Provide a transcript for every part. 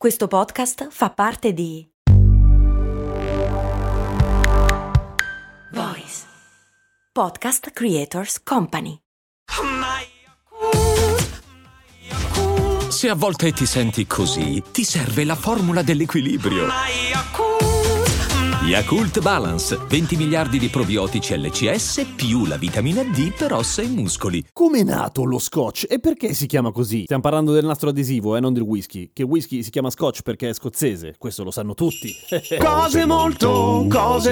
Questo podcast fa parte di Voice Podcast Creators Company. Se a volte ti senti così, ti serve la formula dell'equilibrio. Yakult Balance, 20 miliardi di probiotici LCS più la vitamina D per ossa e muscoli. Come è nato lo Scotch e perché si chiama così? Stiamo parlando del nastro adesivo, non del whisky. Che whisky si chiama Scotch perché è scozzese, questo lo sanno tutti. Cose molto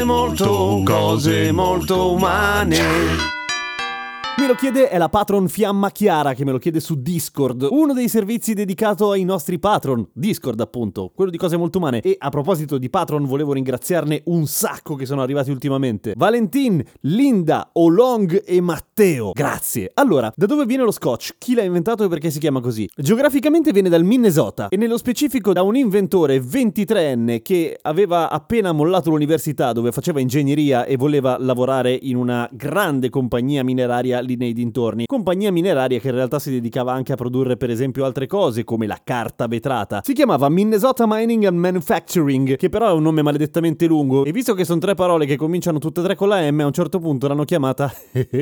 umane. Me lo chiede, è la patron Fiamma Chiara che me lo chiede su Discord, uno dei servizi dedicato ai nostri patron, Discord appunto, quello di Cose Molto Umane. E a proposito di patron volevo ringraziarne un sacco che sono arrivati ultimamente: Valentin, Linda, Olong e Matteo. Grazie. Allora, da dove viene lo Scotch? Chi l'ha inventato e perché si chiama così? Geograficamente viene dal Minnesota e nello specifico da un inventore 23enne che aveva appena mollato l'università dove faceva ingegneria e voleva lavorare in una grande compagnia mineraria lì nei dintorni. Compagnia mineraria che in realtà si dedicava anche a produrre per esempio altre cose come la carta vetrata. Si chiamava Minnesota Mining and Manufacturing, che però è un nome maledettamente lungo e visto che sono tre parole che cominciano tutte e tre con la M, a un certo punto l'hanno chiamata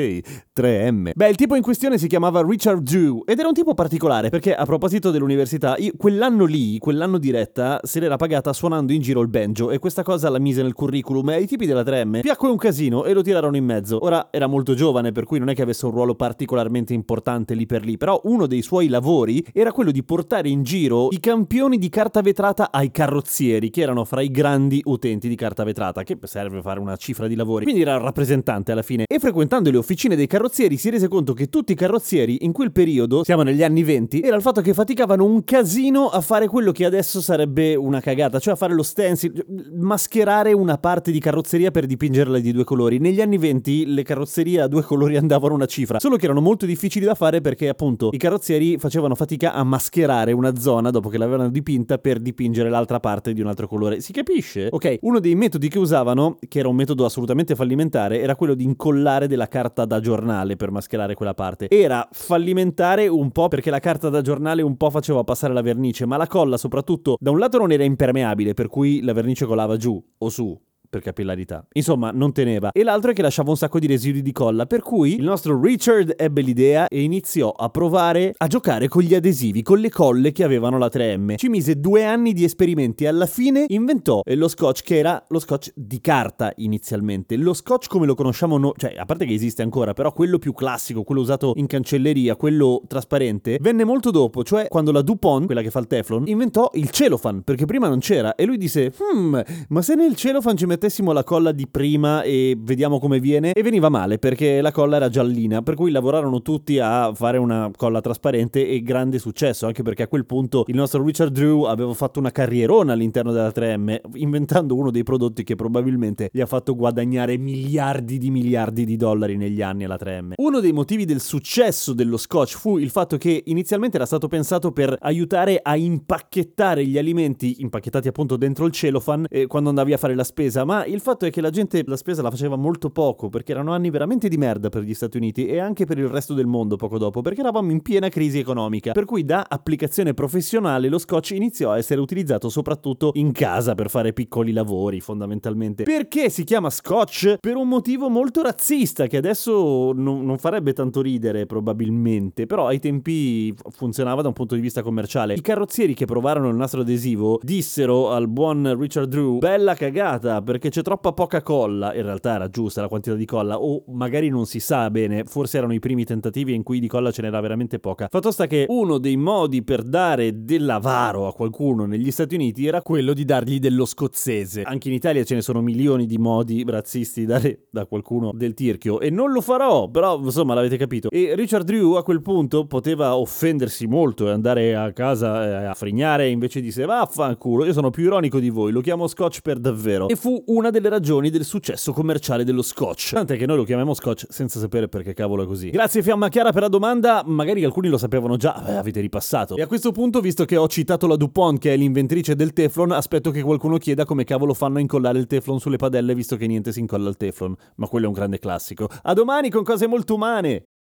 3M. Beh, il tipo in questione si chiamava Richard Drew ed era un tipo particolare perché, a proposito dell'università, quell'anno di retta se l'era pagata suonando in giro il banjo e questa cosa la mise nel curriculum e ai tipi della 3M piacque un casino e lo tirarono in mezzo. Ora era molto giovane, per cui non è che avesse un ruolo particolarmente importante lì per lì, però uno dei suoi lavori era quello di portare in giro i campioni di carta vetrata ai carrozzieri, che erano fra i grandi utenti di carta vetrata, che serve a fare una cifra di lavori. Quindi era il rappresentante alla fine, e frequentando le officine dei carrozzieri si rese conto che tutti i carrozzieri in quel periodo, siamo negli anni 20, era il fatto che faticavano un casino a fare quello che adesso sarebbe una cagata, cioè a fare lo stencil, mascherare una parte di carrozzeria per dipingerla di due colori. Negli anni 20 le carrozzerie a due colori andavano una cifra, solo che erano molto difficili da fare perché appunto i carrozzieri facevano fatica a mascherare una zona dopo che l'avevano dipinta per dipingere l'altra parte di un altro colore. Si capisce? Ok, uno dei metodi che usavano, che era un metodo assolutamente fallimentare, era quello di incollare della carta da giornale per mascherare quella parte. Era fallimentare un po' perché la carta da giornale un po' faceva passare la vernice, ma la colla soprattutto da un lato non era impermeabile, per cui la vernice colava giù o su per capillarità, insomma non teneva, e l'altro è che lasciava un sacco di residui di colla, per cui il nostro Richard ebbe l'idea e iniziò a provare a giocare con gli adesivi, con le colle che avevano la 3M. Ci mise 2 anni di esperimenti e alla fine inventò lo Scotch, che era lo Scotch di carta inizialmente. Lo Scotch come lo conosciamo noi, cioè a parte che esiste ancora, però quello più classico, quello usato in cancelleria, quello trasparente, venne molto dopo, cioè quando la DuPont, quella che fa il Teflon, inventò il cellophane, perché prima non c'era, e lui disse ma se nel cellophane ci mettessimo la colla di prima e vediamo come viene, e veniva male perché la colla era giallina, per cui lavorarono tutti a fare una colla trasparente e grande successo, anche perché a quel punto il nostro Richard Drew aveva fatto una carrierona all'interno della 3M inventando uno dei prodotti che probabilmente gli ha fatto guadagnare miliardi di dollari negli anni alla 3M. Uno dei motivi del successo dello Scotch fu il fatto che inizialmente era stato pensato per aiutare a impacchettare gli alimenti impacchettati appunto dentro il cellophane quando andavi a fare la spesa, ma il fatto è che la gente la spesa la faceva molto poco perché erano anni veramente di merda per gli Stati Uniti e anche per il resto del mondo poco dopo, perché eravamo in piena crisi economica, per cui da applicazione professionale lo Scotch iniziò a essere utilizzato soprattutto in casa per fare piccoli lavori fondamentalmente. Perché si chiama Scotch? Per un motivo molto razzista che adesso non farebbe tanto ridere probabilmente, però ai tempi funzionava da un punto di vista commerciale. I carrozzieri che provarono il nastro adesivo dissero al buon Richard Drew: bella cagata, perché c'è troppa poca colla. In realtà era giusta la quantità di colla, o magari non si sa bene, forse erano i primi tentativi in cui di colla ce n'era veramente poca. Fatto sta che uno dei modi per dare dell'avaro a qualcuno negli Stati Uniti era quello di dargli dello scozzese. Anche in Italia ce ne sono milioni di modi razzisti di dare da qualcuno del tirchio, e non lo farò, però insomma l'avete capito. E Richard Drew a quel punto poteva offendersi molto e andare a casa a frignare, invece disse: vaffanculo, io sono più ironico di voi, lo chiamo Scotch per davvero. E fu una delle ragioni del successo commerciale dello Scotch, tant'è che noi lo chiamiamo Scotch senza sapere perché cavolo è così. Grazie Fiamma Chiara per la domanda, magari alcuni lo sapevano già, avete ripassato. E a questo punto, visto che ho citato la DuPont che è l'inventrice del Teflon, aspetto che qualcuno chieda come cavolo fanno a incollare il Teflon sulle padelle, visto che niente si incolla al Teflon, ma quello è un grande classico. A domani con Cose Molto Umane!